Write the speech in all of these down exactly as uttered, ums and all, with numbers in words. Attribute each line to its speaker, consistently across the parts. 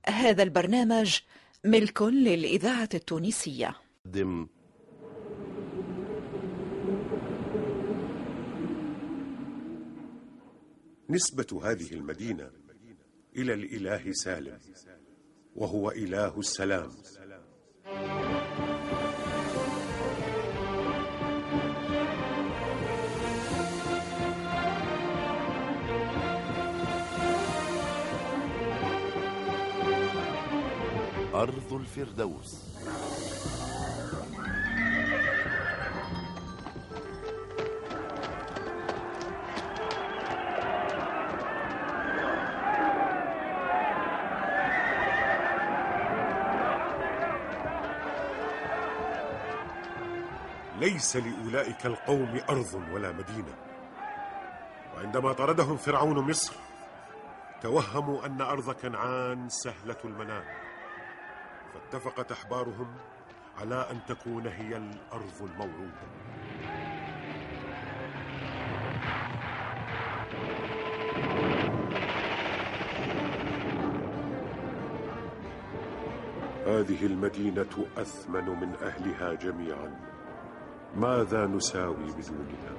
Speaker 1: هذا البرنامج ملك للإذاعة التونسية.
Speaker 2: دم
Speaker 3: نسبة هذه المدينة إلى الإله سالم، وهو إله السلام.
Speaker 2: أرض الفردوس.
Speaker 3: ليس لأولئك القوم أرض ولا مدينة، وعندما طردهم فرعون مصر توهموا أن أرض كنعان سهلة المنال، فاتفقت أحبارهم على أن تكون هي الأرض الموعودة. هذه المدينة أثمن من أهلها جميعا، ماذا نساوي بدونها؟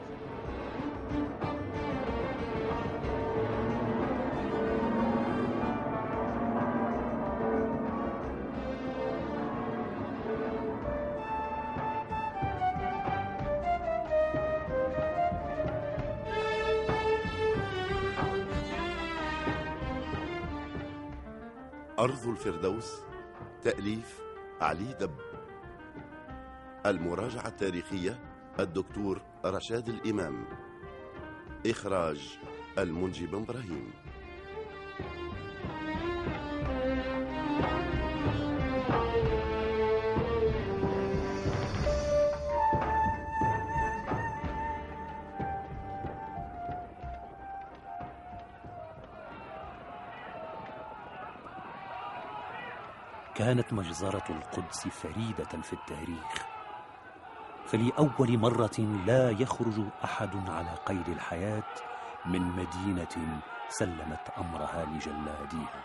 Speaker 2: أرض الفردوس، تأليف علي دب. المراجعة التاريخية الدكتور رشاد الإمام. إخراج المنجي بن إبراهيم.
Speaker 4: كانت مجزرة القدس فريدة في التاريخ، فلأول مرة لا يخرج أحد على قيد الحياة من مدينة سلمت أمرها لجلاديها.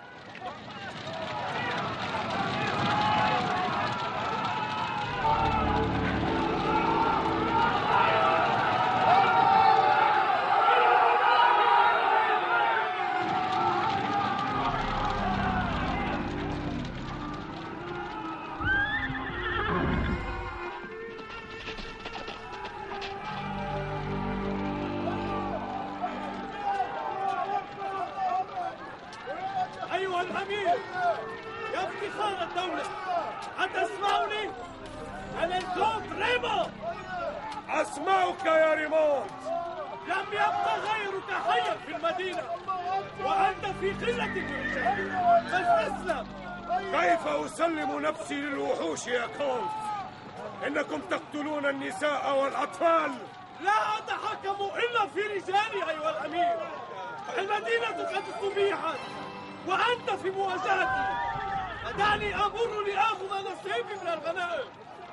Speaker 5: أيها الأمير، يا افتخار الدولة، أتسمعني؟ أنا الكونت ريموند.
Speaker 3: أسمعك يا ريموند.
Speaker 5: لم يبق غيرك حيا في المدينة، وأنت في قلة الرجال، فاستسلم.
Speaker 3: كيف أسلم نفسي للوحوش يا كونت؟ إنكم تقتلون النساء والأطفال.
Speaker 5: لا أتحكم إلا في رجالي أيها الأمير. المدينة قد استبيحت وأنت في مواجهتي، فدعني أمر لآخذ نصيبي من الغنائم.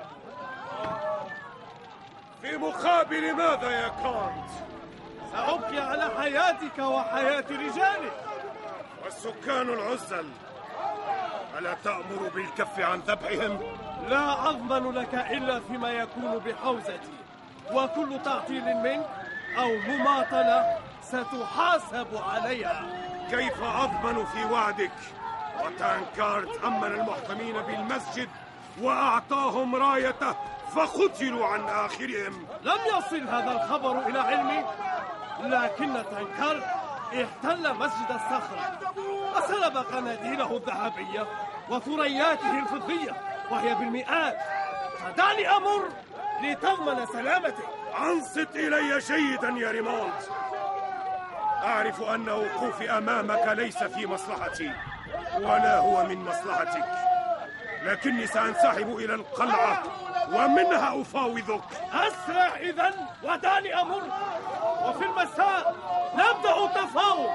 Speaker 3: في مقابل ماذا يا كونت؟
Speaker 5: سأبقي على حياتك وحياة رجالك.
Speaker 3: والسكان العزل ألا تأمر بالكف عن ذبحهم؟
Speaker 5: لا أضمن لك إلا فيما يكون بحوزتي، وكل تعطيل منك أو مماطلة ستحاسب عليها.
Speaker 3: كيف أضمن في وعدك؟ وتانكارت أمن المحكمين بالمسجد وأعطاهم رايته فقتلوا عن آخرهم.
Speaker 5: لم يصل هذا الخبر إلى علمي، لكن تانكارت احتل مسجد الصخرة وسلب قناديله الذهبية وثرياته الفضية وهي بالمئات، فدعني أمر لتضمن سلامتك.
Speaker 3: أنصت إلي جيدا يا ريموند. أعرف أن وقوفي أمامك ليس في مصلحتي ولا هو من مصلحتك، لكني سأنسحب إلى القلعة ومنها أفاوضك.
Speaker 5: أسرع إذن ودعني أمر، وفي المساء نبدأ التفاوض.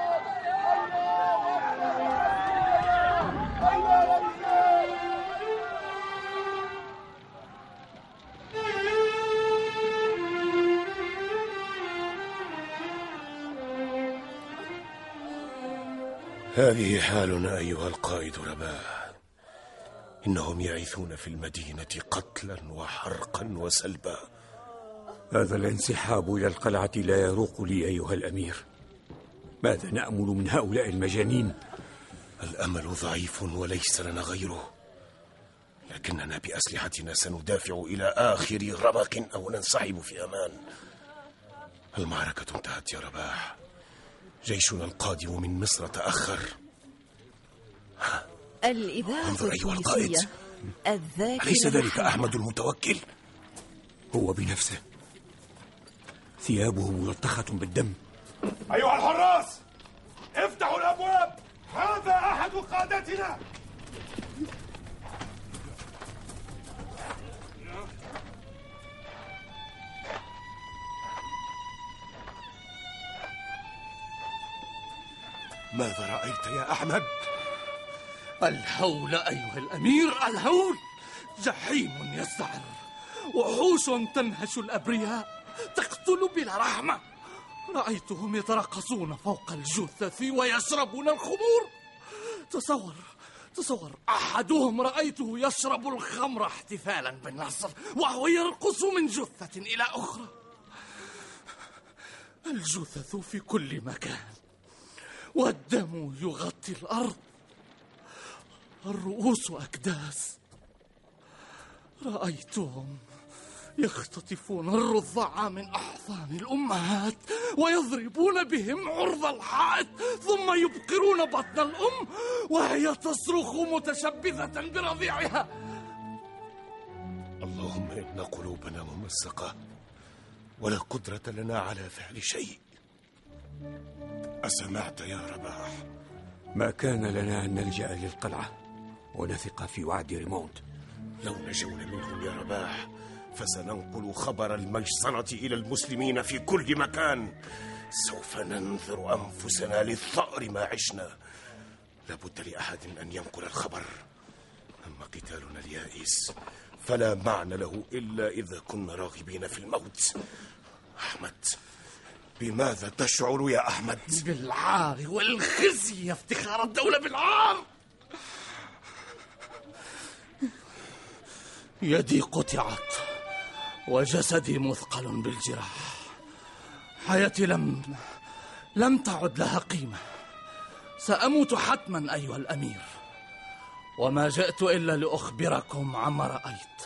Speaker 6: هذه حالنا أيها القائد رباح. إنهم يعيثون في المدينة قتلا وحرقا وسلبا.
Speaker 7: هذا الانسحاب إلى القلعة لا يروق لي أيها الأمير. ماذا نأمل من هؤلاء المجانين؟
Speaker 6: الأمل ضعيف وليس لنا غيره، لكننا بأسلحتنا سندافع إلى آخر رمق أو ننسحب في أمان. المعركة انتهت يا رباح. جيشنا القادم من مصر تأخر.
Speaker 1: الإذاعة التونسية الذاكرة.
Speaker 6: أليس ذلك أحمد المتوكل؟
Speaker 7: هو بنفسه، ثيابه ملطخة بالدم.
Speaker 3: أيها الحراس، افتحوا الأبواب، هذا أحد قادتنا.
Speaker 6: ماذا رأيت يا أحمد؟
Speaker 5: الهول أيها الأمير، الهول. جحيم يسعر، وحوش تنهش الأبرياء، تقتل بلا رحمة. رأيتهم يترقصون فوق الجثث ويشربون الخمور. تصور تصور أحدهم رأيته يشرب الخمر احتفالا بالنصر وهو يرقص من جثة إلى أخرى. الجثث في كل مكان والدم يغطي الأرض. الرؤوس أكداس. رأيتهم يختطفون الرضع من أحضان الأمهات ويضربون بهم عرض الحائط، ثم يبقرون بطن الأم وهي تصرخ متشبثة برضيعها.
Speaker 6: اللهم إن قلوبنا ممزقة ولا قدرة لنا على فعل شيء. أسمعت يا رباح؟
Speaker 7: ما كان لنا أن نلجأ للقلعة ونثق في وعد ريموند.
Speaker 6: لو نجونا منهم يا رباح فسننقل خبر المجزرة إلى المسلمين في كل مكان. سوف ننذر أنفسنا للثأر ما عشنا. لابد لأحد أن ينقل الخبر. أما قتالنا اليائس فلا معنى له إلا إذا كنا راغبين في الموت. أحمد، بماذا تشعر يا أحمد؟
Speaker 5: بالعار والخزي يا افتخار الدولة بالعار. يدي قطعت وجسدي مثقل بالجراح. حياتي لم لم تعد لها قيمة. سأموت حتما أيها الأمير، وما جئت إلا لأخبركم عما رأيت.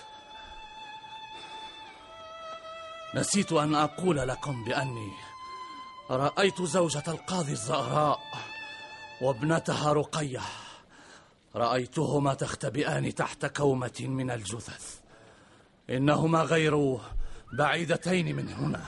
Speaker 5: نسيت أن أقول لكم بأني رأيت زوجة القاضي الزهراء وابنتها رقية. رأيتهما تختبئان تحت كومة من الجثث. إنهما غير بعيدتين من هنا.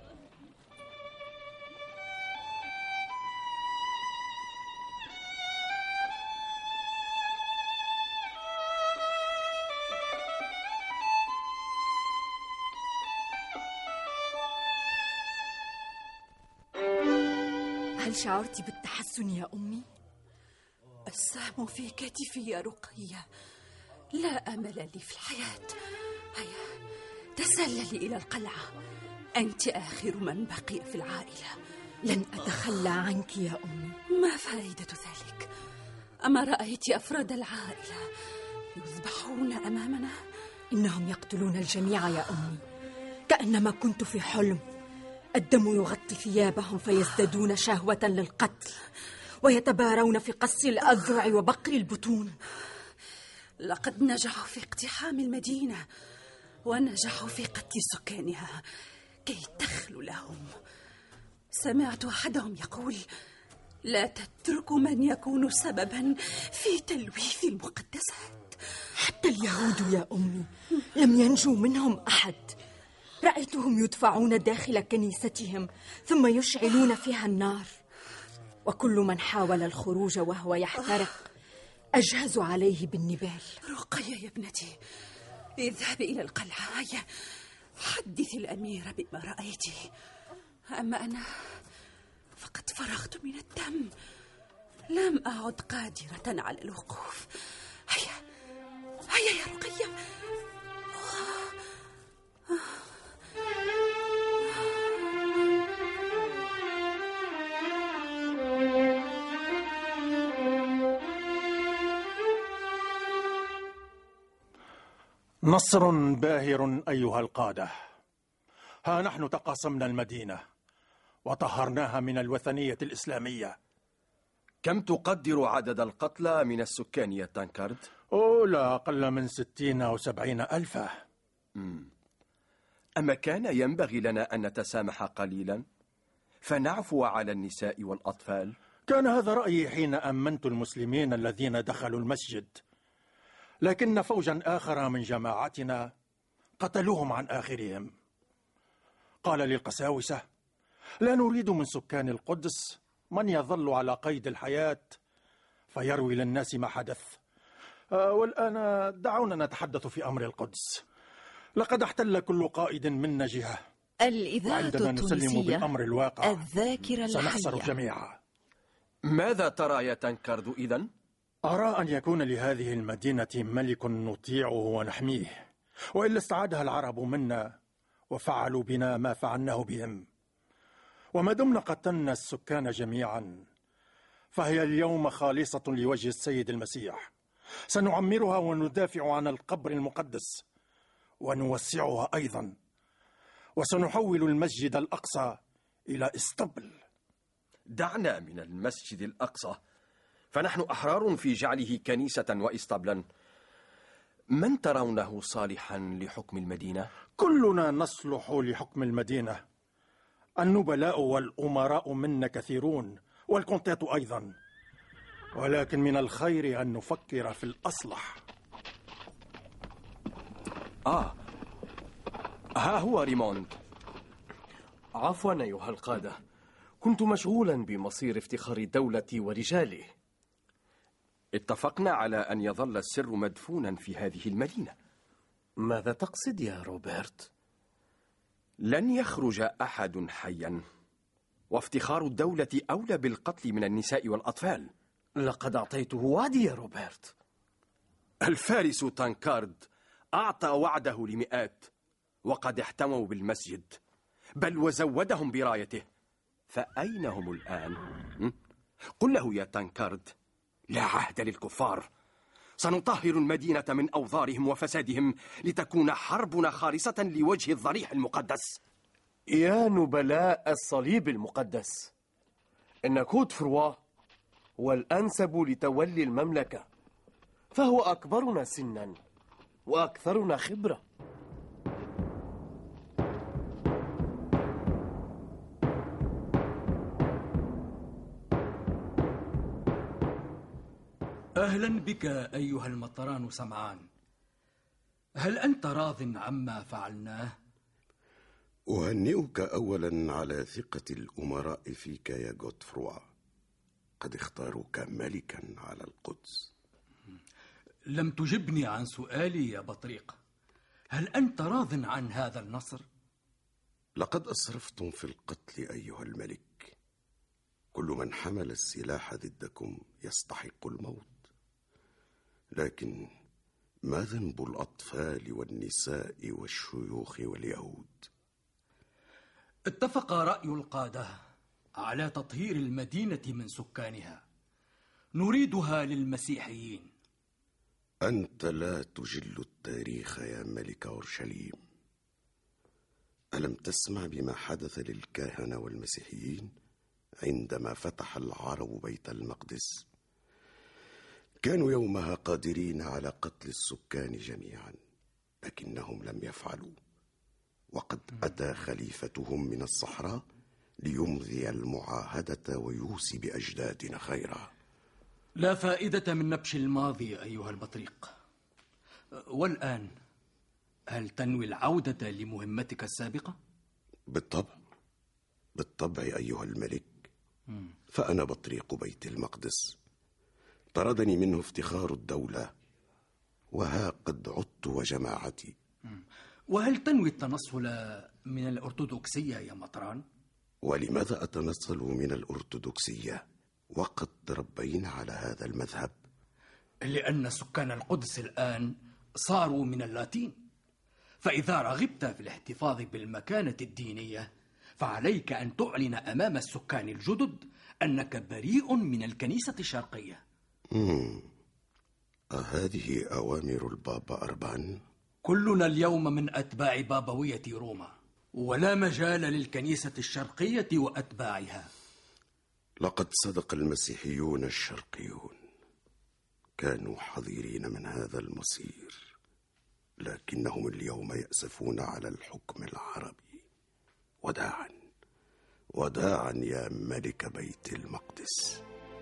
Speaker 8: هل شعرت بالتحسن يا أمي؟
Speaker 1: السهم في كتفي يا رقية. لا أمل لي في الحياة. هيا تسللي إلى القلعة، أنت آخر من بقي في العائلة.
Speaker 8: لن أتخلى عنك يا أمي.
Speaker 1: ما فائدة ذلك؟ أما رأيت أفراد العائلة يذبحون أمامنا؟
Speaker 8: إنهم يقتلون الجميع يا أمي، كأنما كنت في حلم. الدم يغطي ثيابهم فيزدادون شهوة للقتل، ويتبارون في قص الأذرع وبقر البطون.
Speaker 1: لقد نجحوا في اقتحام المدينة ونجحوا في قتل سكانها كي تخلو لهم. سمعت أحدهم يقول: لا تتركوا من يكون سببا في تلويث المقدسات.
Speaker 8: حتى اليهود يا أمي لم ينجو منهم أحد. رأيتهم يدفعون داخل كنيستهم ثم يشعلون فيها النار، وكل من حاول الخروج وهو يحترق أجهزوا عليه بالنبال.
Speaker 1: رقية يا ابنتي، اذهبي إلى القلعة، هيا حدثي الأميرة بما رأيتي. أما أنا فقد فرغت من الدم، لم أعد قادرة على الوقوف. هيا هيا يا رقية.
Speaker 9: نصر باهر أيها القادة. ها نحن تقاسمنا المدينة وطهرناها من الوثنية الإسلامية.
Speaker 10: كم تقدر عدد القتلى من السكان يا تانكارد؟
Speaker 9: أوه لا أقل من ستين أو سبعين ألفا.
Speaker 10: مم. أما كان ينبغي لنا أن نتسامح قليلا فنعفو على النساء والأطفال؟
Speaker 9: كان هذا رأيي حين أمنت المسلمين الذين دخلوا المسجد، لكن فوجا آخر من جماعتنا قتلوهم عن آخرهم. قال للقساوسة: لا نريد من سكان القدس من يظل على قيد الحياة فيروي للناس ما حدث. آه والآن دعونا نتحدث في أمر القدس. لقد احتل كل قائد منا جهة،
Speaker 11: الإذاعة
Speaker 9: وعندما نسلم
Speaker 11: التونسية
Speaker 9: بالأمر الواقع
Speaker 11: الذاكرة
Speaker 9: سنخسر
Speaker 11: الحية.
Speaker 9: جميعا.
Speaker 10: ماذا ترى يا تانكارد إذن؟
Speaker 9: أرى أن يكون لهذه المدينة ملك نطيعه ونحميه، وإلا استعادها العرب منا وفعلوا بنا ما فعلناه بهم. وما دمنا قتلنا السكان جميعا فهي اليوم خالصة لوجه السيد المسيح. سنعمرها وندافع عن القبر المقدس ونوسعها أيضا، وسنحول المسجد الأقصى إلى اسطبل.
Speaker 10: دعنا من المسجد الأقصى، فنحن أحرار في جعله كنيسة وإسطبلا. من ترونه صالحا لحكم المدينة؟
Speaker 9: كلنا نصلح لحكم المدينة. النبلاء والأمراء منا كثيرون، والكونتات أيضا، ولكن من الخير أن نفكر في الأصلح.
Speaker 10: آه ها هو ريموند.
Speaker 5: عفوا أيها القادة، كنت مشغولا بمصير افتخار الدولة ورجاله.
Speaker 10: اتفقنا على أن يظل السر مدفونا في هذه المدينة.
Speaker 5: ماذا تقصد يا روبرت؟
Speaker 10: لن يخرج أحد حيا، وافتخار الدولة أولى بالقتل من النساء والأطفال.
Speaker 5: لقد أعطيته وعدي يا روبرت.
Speaker 10: الفارس تانكارد أعطى وعده لمئات، وقد احتموا بالمسجد بل وزودهم برايته. فأين هم الآن؟ قل له يا تانكارد: لا عهد للكفار. سنطهر المدينة من أوضارهم وفسادهم لتكون حربنا خالصة لوجه الضريح المقدس.
Speaker 5: يا نبلاء الصليب المقدس، إن كوت فروا هو الأنسب لتولي المملكة، فهو أكبرنا سنا وأكثرنا خبرة.
Speaker 4: أهلا بك أيها المطران سمعان. هل أنت راض عما فعلناه؟
Speaker 2: أهنئك أولا على ثقة الأمراء فيك يا غوتفروا. قد اختاروك ملكا على القدس.
Speaker 4: لم تجبني عن سؤالي يا بطريق. هل أنت راض عن هذا النصر؟
Speaker 2: لقد أسرفتم في القتل أيها الملك. كل من حمل السلاح ضدكم يستحق الموت، لكن ما ذنب الأطفال والنساء والشيوخ واليهود؟
Speaker 4: اتفق رأي القادة على تطهير المدينة من سكانها. نريدها للمسيحيين.
Speaker 2: أنت لا تجل التاريخ يا ملك أورشليم. ألم تسمع بما حدث للكهنة والمسيحيين عندما فتح العرب بيت المقدس؟ كانوا يومها قادرين على قتل السكان جميعا، لكنهم لم يفعلوا. وقد أتى خليفتهم من الصحراء ليمضي المعاهدة ويوصي بأجدادنا خيرا.
Speaker 4: لا فائدة من نبش الماضي أيها البطريق. والآن هل تنوي العودة لمهمتك السابقة؟
Speaker 2: بالطبع بالطبع أيها الملك. فأنا بطريق بيت المقدس، طردني منه افتخار الدولة، وها قد عدت وجماعتي.
Speaker 4: وهل تنوي التنصل من الأرثوذكسية يا مطران؟
Speaker 2: ولماذا أتنصل من الأرثوذكسية وقد تربينا على هذا المذهب؟
Speaker 4: لأن سكان القدس الآن صاروا من اللاتين، فإذا رغبت في الاحتفاظ بالمكانة الدينية فعليك أن تعلن أمام السكان الجدد أنك بريء من الكنيسة الشرقية.
Speaker 2: مم. أهذه أوامر البابا أربان؟
Speaker 4: كلنا اليوم من أتباع بابوية روما، ولا مجال للكنيسة الشرقية وأتباعها.
Speaker 2: لقد صدق المسيحيون الشرقيون، كانوا حذرين من هذا المصير، لكنهم اليوم يأسفون على الحكم العربي. وداعا وداعا يا ملك بيت المقدس.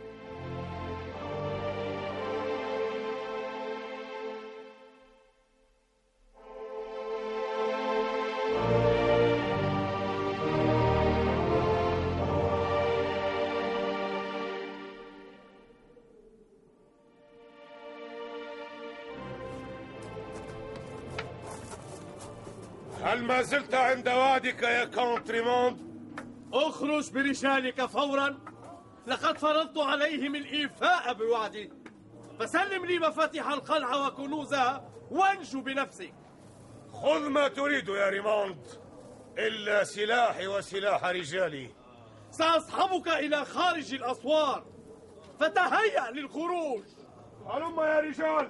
Speaker 6: هل ما زلت عند وعدك يا كونت ريموند؟
Speaker 5: اخرج برجالك فورا، لقد فرضت عليهم الإيفاء بوعدي، فسلم لي مفاتيح القلعة وكنوزها وانجو بنفسك.
Speaker 6: خذ ما تريد يا ريموند، إلا سلاحي وسلاح رجالي.
Speaker 5: سأصحبك إلى خارج الأسوار، فتهيأ للخروج.
Speaker 6: هلم يا رجال.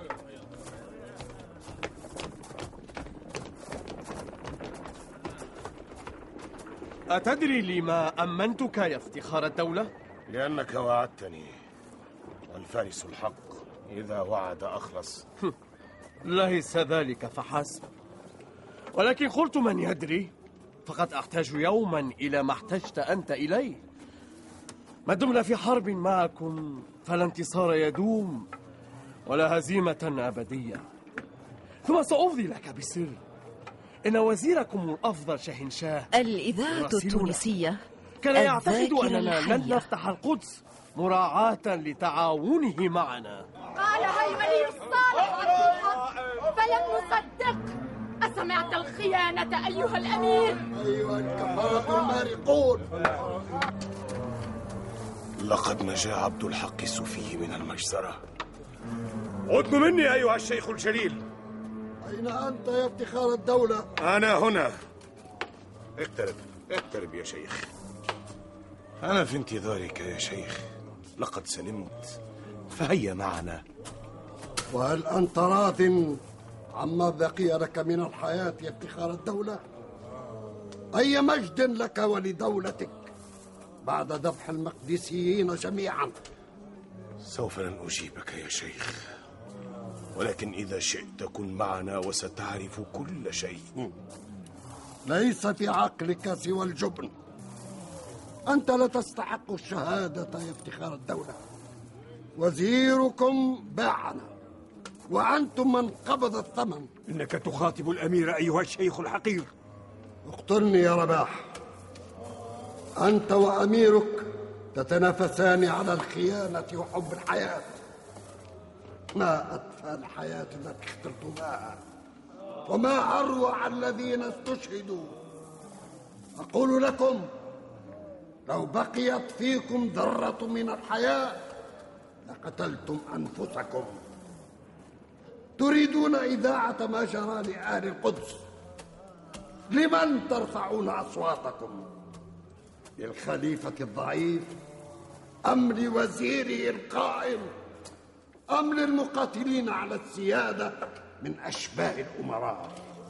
Speaker 5: أتدري لما أمنتك يا افتخار الدولة؟
Speaker 6: لأنك وعدتني، والفارس الحق إذا وعد أخلص.
Speaker 5: ليس ذلك فحسب، ولكن قلت من يدري، فقد أحتاج يوما إلى ما احتجت أنت إليه. ما دمنا في حرب معكم فلا انتصار يدوم ولا هزيمة أبدية. ثم سأفضي لك بسر، إن وزيركم الأفضل شاهنشاه
Speaker 11: الإذاعة التونسية
Speaker 5: كان يعتقد أننا لن نفتح القدس مراعاة لتعاونه معنا.
Speaker 12: قالها الملك الصالح فلم نصدق. أسمعت الخيانة أيها الأمير؟
Speaker 13: أيها الكفرة المارقون.
Speaker 6: لقد نجا عبد الحق السوفي من المجزرة. أدن مني أيها الشيخ الجليل.
Speaker 13: أين أنت يا افتخار الدولة؟
Speaker 6: أنا هنا. اقترب اقترب يا شيخ. أنا في انتظارك يا شيخ، لقد سلمت، فهيا معنا.
Speaker 13: وهل أنت راض عما بقي لك من الحياة يا افتخار الدولة؟ أي مجد لك ولدولتك بعد ذبح المقدسيين جميعا.
Speaker 6: سوف لن أجيبك يا شيخ، ولكن إذا شئت كن معنا وستعرف كل شيء.
Speaker 13: ليس في عقلك سوى الجبن. أنت لا تستحق الشهادة يا افتخار الدولة. وزيركم باعنا، وأنتم من قبض الثمن.
Speaker 7: إنك تخاطب الأمير أيها الشيخ الحقير.
Speaker 13: اقتلني يا رباح. أنت وأميرك تتنافسان على الخيانة وحب الحياة. ما أطفى الحياة التي اخترتماها، وما أروع الذين استشهدوا. أقول لكم، لو بقيت فيكم ذرة من الحياة لقتلتم أنفسكم. تريدون إذاعة ما جرى لأهل القدس. لمن ترفعون أصواتكم؟ للخليفة الضعيف أم لوزيره القائم أم للمقاتلين على السيادة من أشباه الأمراء؟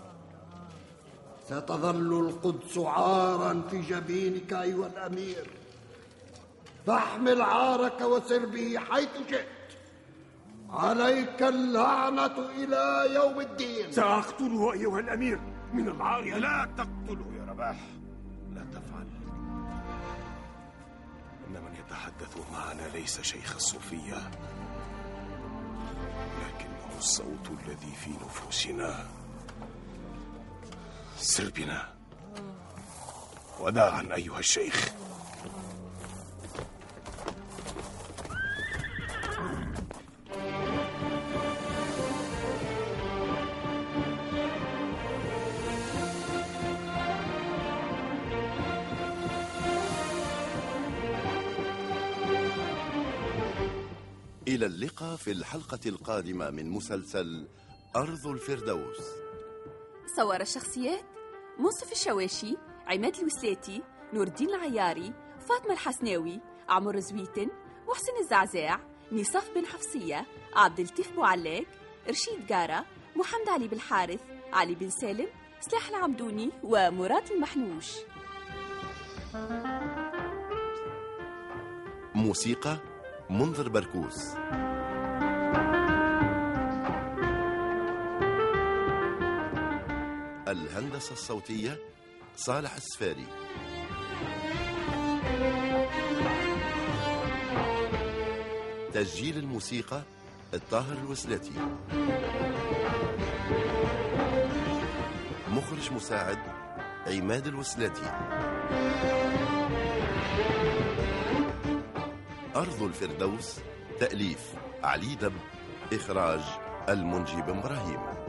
Speaker 13: ستظل القدس عارا في جبينك أيها الأمير، فاحمل عارك وسر به حيث شئت. عليك اللعنة إلى يوم الدين.
Speaker 7: سأقتله أيها الأمير من العار.
Speaker 6: لا تقتله يا رباح، لا تفعل. إن من يتحدث معنا ليس شيخ الصوفية، لكنه الصوت الذي في نفوسنا. سر بنا. وداعا أيها الشيخ.
Speaker 14: إلى اللقاء في الحلقة القادمة من مسلسل أرض الفردوس.
Speaker 15: صور الشخصيات: منصف الشواشي، عماد الوسلاتي، نور الدين العياري، فاطمة الحسناوي، عمر زويتن، محسن الزعزاع، نصاف بن حفصية، عبد اللطيف بوعلاق، رشيد جارة، محمد علي بالحارث، علي بن سالم، سلاح العمدوني ومراد المحنوش.
Speaker 14: موسيقى منذر بركوس. الهندسة الصوتية صالح السفاري. تسجيل الموسيقى الطاهر الوسلاتي. مخرج مساعد عماد الوسلاتي. أرض الفردوس تأليف علي دب، إخراج المنجي بن إبراهيم.